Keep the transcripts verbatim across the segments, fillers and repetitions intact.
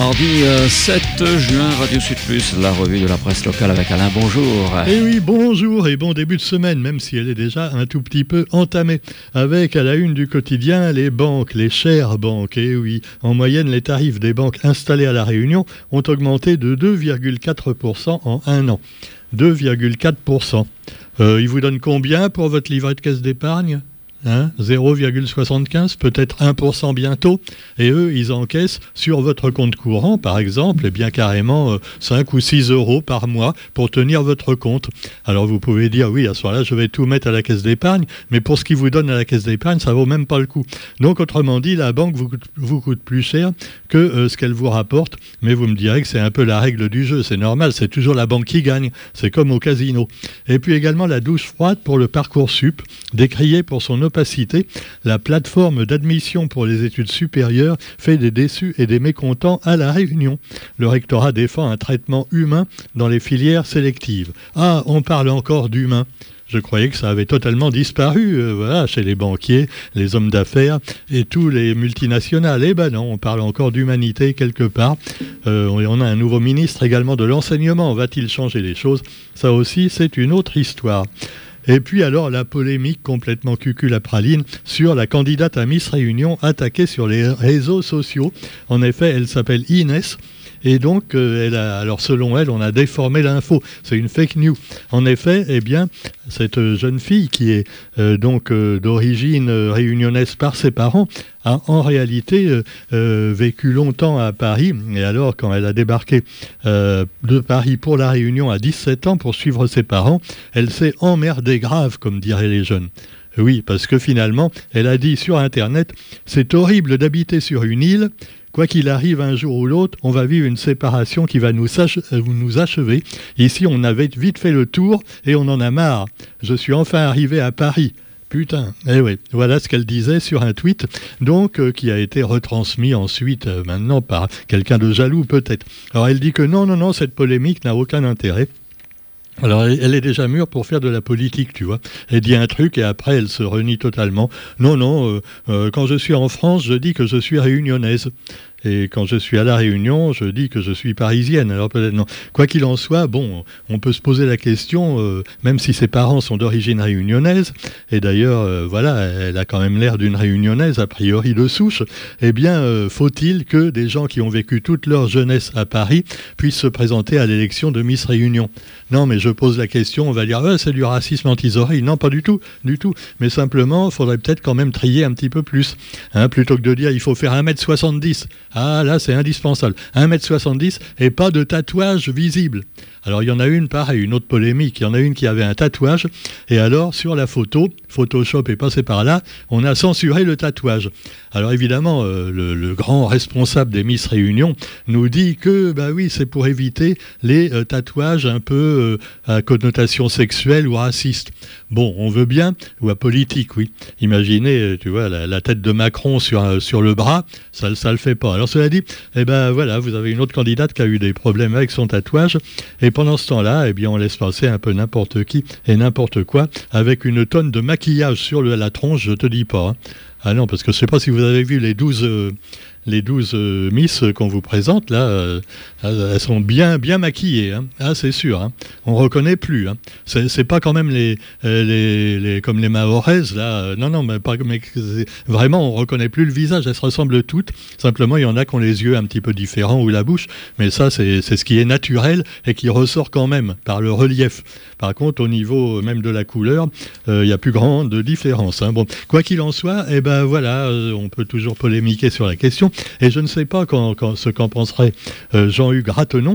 mardi euh, sept juin, Radio Sud Plus, la revue de la presse locale avec Alain, bonjour. Et oui, bonjour et bon début de semaine, même si elle est déjà un tout petit peu entamée. Avec à la une du quotidien, les banques, les chères banques. Et oui, en moyenne, les tarifs des banques installées à La Réunion ont augmenté de deux virgule quatre pour cent en un an. deux virgule quatre pour cent. Euh, ils vous donnent combien pour votre livret de caisse d'épargne ? Hein, zéro virgule soixante-quinze, peut-être un pour cent bientôt, et eux, ils encaissent sur votre compte courant, par exemple, eh bien carrément euh, cinq ou six euros par mois pour tenir votre compte. Alors vous pouvez dire, oui, à ce moment-là, je vais tout mettre à la caisse d'épargne, mais pour ce qu'ils vous donnent à la caisse d'épargne, ça vaut même pas le coup. Donc, autrement dit, la banque vous coûte, vous coûte plus cher que euh, ce qu'elle vous rapporte, mais vous me direz que c'est un peu la règle du jeu, c'est normal, c'est toujours la banque qui gagne, c'est comme au casino. Et puis également la douche froide pour le Parcoursup, décriée pour son opacité, la plateforme d'admission pour les études supérieures fait des déçus et des mécontents à La Réunion. Le rectorat défend un traitement humain dans les filières sélectives. Ah, on parle encore d'humain. Je croyais que ça avait totalement disparu, euh, voilà, chez les banquiers, les hommes d'affaires et tous les multinationales. Eh ben non, on parle encore d'humanité quelque part. Euh, on a un nouveau ministre également de l'enseignement. Va-t-il changer les choses ? Ça aussi, c'est une autre histoire. Et puis alors la polémique complètement cucul à praline sur la candidate à Miss Réunion attaquée sur les réseaux sociaux. En effet, elle s'appelle Inès. Et donc, euh, elle a, alors selon elle, on a déformé l'info. C'est une fake news. En effet, eh bien, cette jeune fille qui est euh, donc euh, d'origine euh, réunionnaise par ses parents a en réalité euh, euh, vécu longtemps à Paris. Et alors, quand elle a débarqué euh, de Paris pour La Réunion à dix-sept ans pour suivre ses parents, elle s'est emmerdée grave, comme diraient les jeunes. Oui, parce que finalement, elle a dit sur Internet, c'est horrible d'habiter sur une île. Quoi qu'il arrive un jour ou l'autre, on va vivre une séparation qui va nous, ach- nous achever. Ici, on avait vite fait le tour et on en a marre. Je suis enfin arrivé à Paris. Putain, eh oui, voilà ce qu'elle disait sur un tweet, donc euh, qui a été retransmis ensuite euh, maintenant par quelqu'un de jaloux peut-être. Alors elle dit que non, non, non, cette polémique n'a aucun intérêt. Alors, elle est déjà mûre pour faire de la politique, tu vois. Elle dit un truc et après, elle se renie totalement. Non, non, euh, euh, quand je suis en France, je dis que je suis réunionnaise. Et quand je suis à La Réunion, je dis que je suis parisienne. Alors peut-être non. Quoi qu'il en soit, bon, on peut se poser la question, euh, même si ses parents sont d'origine réunionnaise, et d'ailleurs, euh, voilà, elle a quand même l'air d'une réunionnaise, a priori de souche, eh bien, euh, faut-il que des gens qui ont vécu toute leur jeunesse à Paris puissent se présenter à l'élection de Miss Réunion ? Non, mais je pose la question, on va dire, ah, c'est du racisme anti-oreille. Non, pas du tout, du tout. Mais simplement, il faudrait peut-être quand même trier un petit peu plus. Hein, plutôt que de dire, il faut faire un mètre soixante-dix. Ah, là, c'est indispensable. un mètre soixante-dix et pas de tatouage visible. Alors, il y en a une, pareil, une autre polémique. Il y en a une qui avait un tatouage. Et alors, sur la photo, Photoshop est passé par là, on a censuré le tatouage. Alors, évidemment, euh, le, le grand responsable des Miss Réunion nous dit que, bah oui, c'est pour éviter les euh, tatouages un peu euh, à connotation sexuelle ou raciste. Bon, on veut bien, ou à politique, oui. Imaginez, tu vois, la, la tête de Macron sur, euh, sur le bras, ça ne le fait pas. Alors, cela dit, eh ben voilà, vous avez une autre candidate qui a eu des problèmes avec son tatouage. Et pendant ce temps-là, eh bien, on laisse passer un peu n'importe qui et n'importe quoi avec une tonne de maquillage sur le, la tronche, je te dis pas. Hein. Ah non, parce que je ne sais pas si vous avez vu les douze... Euh, les douze euh, Miss qu'on vous présente, là, euh, elles sont bien, bien maquillées. Hein. Ah, c'est sûr. Hein. On ne reconnaît plus. Hein. C'est, c'est pas quand même les, euh, les, les, comme les Mahoraises, là. Euh, non, non, mais, pas, mais vraiment, on ne reconnaît plus le visage. Elles se ressemblent toutes. Simplement, il y en a qui ont les yeux un petit peu différents ou la bouche. Mais ça, c'est, c'est ce qui est naturel et qui ressort quand même par le relief. Par contre, au niveau même de la couleur, il euh, n'y a plus grande différence. Hein. Bon, quoi qu'il en soit, eh ben, voilà, euh, on peut toujours polémiquer sur la question. Et je ne sais pas quand, quand, ce qu'en penserait euh, Jean-Hugues Ratenon,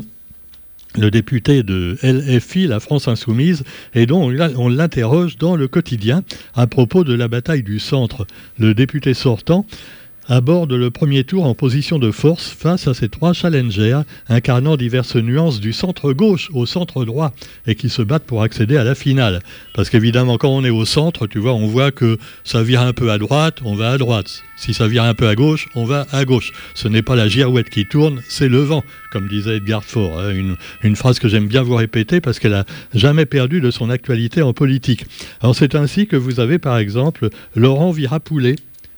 le député de L F I, la France Insoumise, et dont on l'interroge dans le quotidien à propos de la bataille du centre. Le député sortant aborde le premier tour en position de force face à ces trois challengers incarnant diverses nuances du centre-gauche au centre-droit et qui se battent pour accéder à la finale. Parce qu'évidemment, quand on est au centre, tu vois, on voit que ça vire un peu à droite, on va à droite. Si ça vire un peu à gauche, on va à gauche. Ce n'est pas la girouette qui tourne, c'est le vent, comme disait Edgar Faure. Hein, une, une phrase que j'aime bien vous répéter parce qu'elle n'a jamais perdu de son actualité en politique. Alors c'est ainsi que vous avez par exemple Laurent Virapoulet,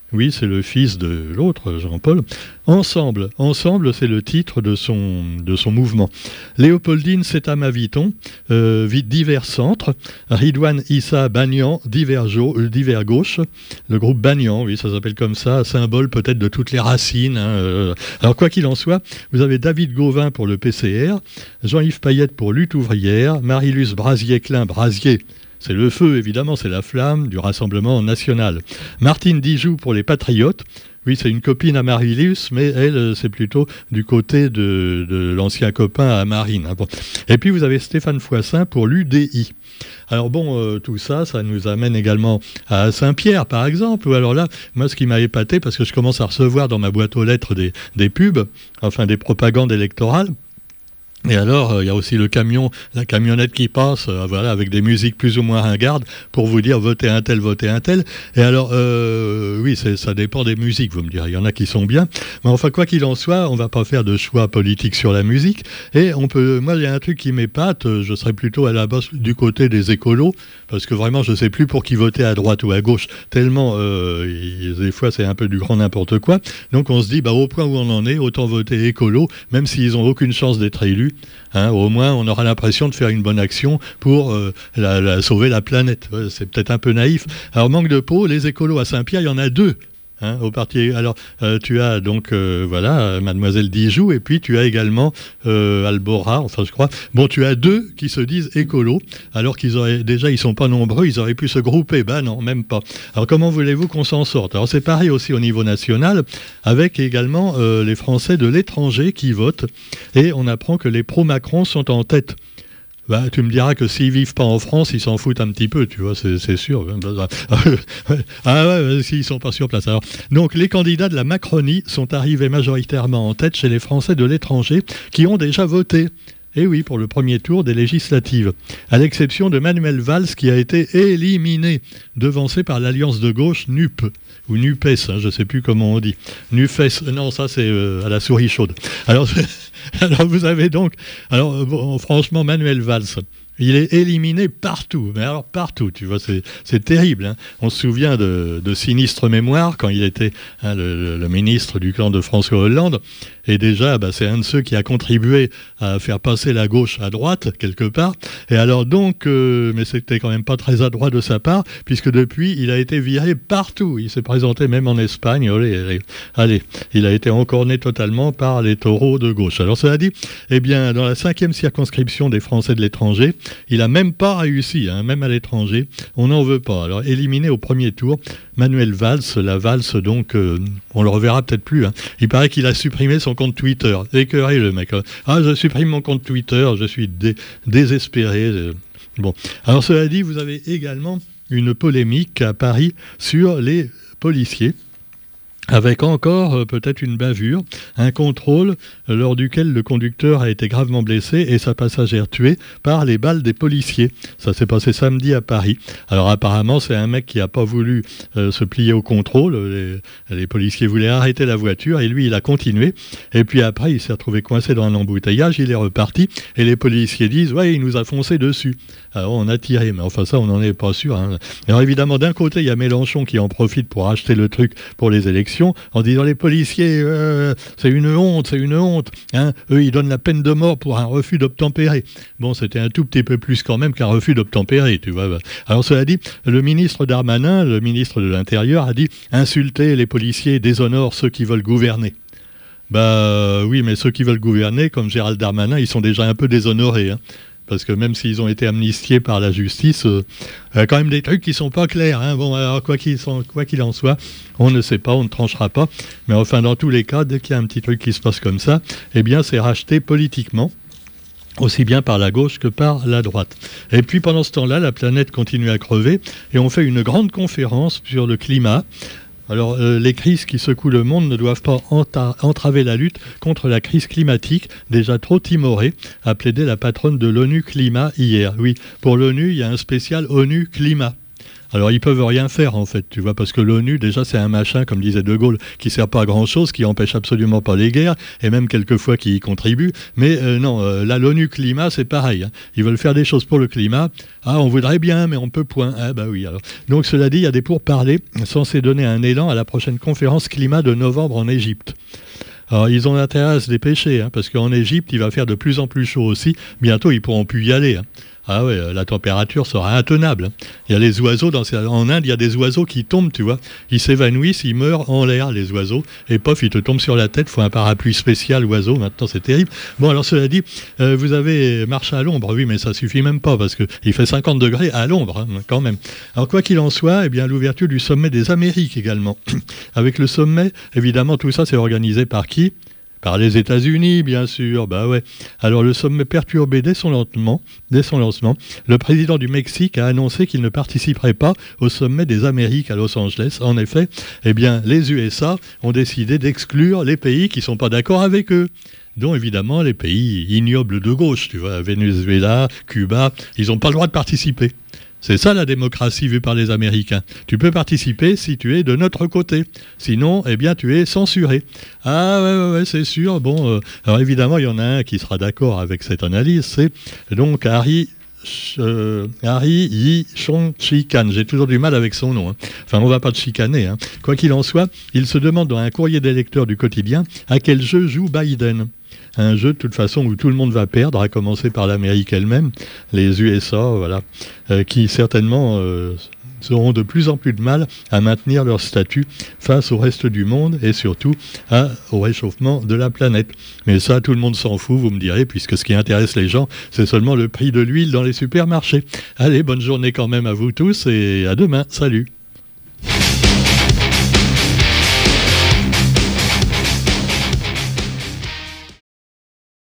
Oui, c'est le fils de l'autre, Jean-Paul. Ensemble, ensemble, c'est le titre de son, de son mouvement. Léopoldine Setama Viton, euh, divers centres. Ridouane Issa Bagnan, divers, euh, divers gauche. Le groupe Bagnan, oui, ça s'appelle comme ça, symbole peut-être de toutes les racines. Hein, euh. Alors, quoi qu'il en soit, vous avez David Gauvin pour le P C R, Jean-Yves Payette pour Lutte ouvrière, Marie-Luce Brasier-Klein, Brasier. C'est le feu, évidemment, c'est la flamme du Rassemblement national. Martine Dijoux pour les Patriotes. Oui, c'est une copine à Marie-Luce, mais elle, c'est plutôt du côté de, de l'ancien copain à Marine. Bon. Et puis, vous avez Stéphane Foissin pour l'U D I. Alors bon, euh, tout ça, ça nous amène également à Saint-Pierre, par exemple. Ou alors là, moi, ce qui m'a épaté, parce que je commence à recevoir dans ma boîte aux lettres des, des pubs, enfin des propagandes électorales. Et alors, il euh, y a aussi le camion, la camionnette qui passe, euh, voilà, avec des musiques plus ou moins ringardes, pour vous dire votez un tel, votez un tel. Et alors, euh, oui, c'est, ça dépend des musiques, vous me direz. Il y en a qui sont bien. Mais enfin, quoi qu'il en soit, on ne va pas faire de choix politiques sur la musique. Et on peut, moi, il y a un truc qui m'épate, je serais plutôt à la base du côté des écolos, parce que vraiment, je ne sais plus pour qui voter à droite ou à gauche, tellement, euh, il, des fois, c'est un peu du grand n'importe quoi. Donc, on se dit, bah, au point où on en est, autant voter écolo, même s'ils n'ont aucune chance d'être élus. Hein, au moins, on aura l'impression de faire une bonne action pour euh, la, la, sauver la planète. Ouais, c'est peut-être un peu naïf. Alors, manque de peau, les écolos à Saint-Pierre, il y en a deux. Hein, au parti. Alors, euh, tu as donc, euh, voilà, euh, Mademoiselle Dijoux, et puis tu as également euh, Albora, enfin, je crois. Bon, tu as deux qui se disent écolos, alors qu'ils auraient, déjà, ils sont pas nombreux, ils auraient pu se grouper. Ben non, même pas. Alors, comment voulez-vous qu'on s'en sorte? Alors, c'est pareil aussi au niveau national, avec également euh, les Français de l'étranger qui votent, et on apprend que les pro-Macron sont en tête. Bah, tu me diras que s'ils vivent pas en France, ils s'en foutent un petit peu, tu vois, c'est, c'est sûr. Ah ouais, s'ils sont pas sur place. Alors, donc, les candidats de la Macronie sont arrivés majoritairement en tête chez les Français de l'étranger qui ont déjà voté. Et oui, pour le premier tour des législatives. À l'exception de Manuel Valls qui a été éliminé, devancé par l'alliance de gauche N U P. Ou NUPES, hein, je ne sais plus comment on dit. NUFES, non, ça c'est euh, à la souris chaude. Alors, alors vous avez donc, alors bon, franchement, Manuel Valls, il est éliminé partout, mais alors partout, tu vois, c'est, c'est terrible. Hein. On se souvient de, de Sinistre Mémoire, quand il était hein, le, le ministre du clan de François Hollande, et déjà, bah, c'est un de ceux qui a contribué à faire passer la gauche à droite, quelque part. Et alors donc, euh, mais c'était quand même pas très adroit de sa part, puisque depuis, il a été viré partout. Il s'est présenté même en Espagne. Allez, allez, allez. Il a été encorné totalement par les taureaux de gauche. Alors cela dit, eh bien, dans la cinquième circonscription des Français de l'étranger, il n'a même pas réussi, hein, même à l'étranger. On n'en veut pas. Alors, éliminé au premier tour, Manuel Valls, la Valls, donc, euh, on le reverra peut-être plus. Hein. Il paraît qu'il a supprimé son compte Twitter. Écœuré, le mec. Ah, je supprime mon compte Twitter, je suis dé- désespéré. Bon. Alors, cela dit, vous avez également une polémique à Paris sur les policiers, avec encore euh, peut-être une bavure, un contrôle euh, lors duquel le conducteur a été gravement blessé et sa passagère tuée par les balles des policiers. Ça s'est passé samedi à Paris. Alors apparemment, c'est un mec qui n'a pas voulu euh, se plier au contrôle. Les, les policiers voulaient arrêter la voiture et lui, il a continué. Et puis après, il s'est retrouvé coincé dans un embouteillage, il est reparti et les policiers disent « Ouais, il nous a foncé dessus ». Alors on a tiré, mais enfin ça, on n'en est pas sûr. Hein. Alors évidemment, d'un côté, il y a Mélenchon qui en profite pour acheter le truc pour les élections, en disant les policiers, euh, c'est une honte, c'est une honte. Hein. Eux, ils donnent la peine de mort pour un refus d'obtempérer. Bon, c'était un tout petit peu plus quand même qu'un refus d'obtempérer, tu vois. Alors cela dit, le ministre Darmanin, le ministre de l'Intérieur, a dit « Insulter les policiers déshonore ceux qui veulent gouverner ». Bah oui, mais ceux qui veulent gouverner, comme Gérald Darmanin, ils sont déjà un peu déshonorés, hein. Parce que même s'ils ont été amnistiés par la justice, il euh, y a quand même des trucs qui sont pas clairs. Hein. Bon, alors quoi qu'il, sont, quoi qu'il en soit, on ne sait pas, on ne tranchera pas. Mais enfin, dans tous les cas, dès qu'il y a un petit truc qui se passe comme ça, eh bien, c'est racheté politiquement, aussi bien par la gauche que par la droite. Et puis, pendant ce temps-là, la planète continue à crever et on fait une grande conférence sur le climat. Alors, euh, les crises qui secouent le monde ne doivent pas enta- entraver la lutte contre la crise climatique, déjà trop timorée, a plaidé la patronne de l'ONU Climat hier. Oui, pour l'ONU, il y a un spécial ONU Climat. Alors ils peuvent rien faire en fait, tu vois, parce que l'ONU déjà c'est un machin, comme disait De Gaulle, qui sert pas à grand chose, qui empêche absolument pas les guerres, et même quelquefois qui y contribue. Mais euh, non, euh, là l'ONU climat c'est pareil, hein. Ils veulent faire des choses pour le climat. Ah, on voudrait bien, mais on peut point. Ah bah oui alors. Donc cela dit, il y a des pourparlers censés donner un élan à la prochaine conférence climat de novembre en Égypte. Alors, ils ont intérêt à se dépêcher, hein, parce qu'en Égypte, il va faire de plus en plus chaud aussi. Bientôt, ils pourront plus y aller. Hein. Ah ouais, la température sera intenable. Hein. Il y a les oiseaux, dans ces... en Inde, il y a des oiseaux qui tombent, tu vois. Ils s'évanouissent, ils meurent en l'air, les oiseaux. Et pof, ils te tombent sur la tête. Il faut un parapluie spécial oiseau. Maintenant, c'est terrible. Bon, alors, cela dit, euh, vous avez marché à l'ombre. Oui, mais ça suffit même pas, parce qu'il fait cinquante degrés à l'ombre, hein, quand même. Alors, quoi qu'il en soit, eh bien, l'ouverture du sommet des Amériques également. Avec le sommet, évidemment, tout ça, c'est organisé par qui ? Par les États-Unis, bien sûr. Bah ouais. Alors le sommet perturbé dès son lancement, dès son lancement, le président du Mexique a annoncé qu'il ne participerait pas au sommet des Amériques à Los Angeles. En effet, eh bien, les U S A ont décidé d'exclure les pays qui ne sont pas d'accord avec eux, dont évidemment les pays ignobles de gauche, tu vois, Venezuela, Cuba, ils n'ont pas le droit de participer. C'est ça la démocratie vue par les Américains. Tu peux participer si tu es de notre côté. Sinon, eh bien, tu es censuré. Ah ouais, ouais, ouais c'est sûr. Bon, euh, alors évidemment, il y en a un qui sera d'accord avec cette analyse. C'est donc Harry... Euh, Harry Yi Chong Chikan. J'ai toujours du mal avec son nom. Hein. Enfin, on va pas te chicaner. Hein. Quoi qu'il en soit, il se demande dans un courrier des lecteurs du quotidien à quel jeu joue Biden. Un jeu de toute façon où tout le monde va perdre, à commencer par l'Amérique elle-même, les U S A, voilà, euh, qui certainement euh, auront de plus en plus de mal à maintenir leur statut face au reste du monde et surtout à, au réchauffement de la planète. Mais ça, tout le monde s'en fout, vous me direz, puisque ce qui intéresse les gens, c'est seulement le prix de l'huile dans les supermarchés. Allez, bonne journée quand même à vous tous et à demain. Salut.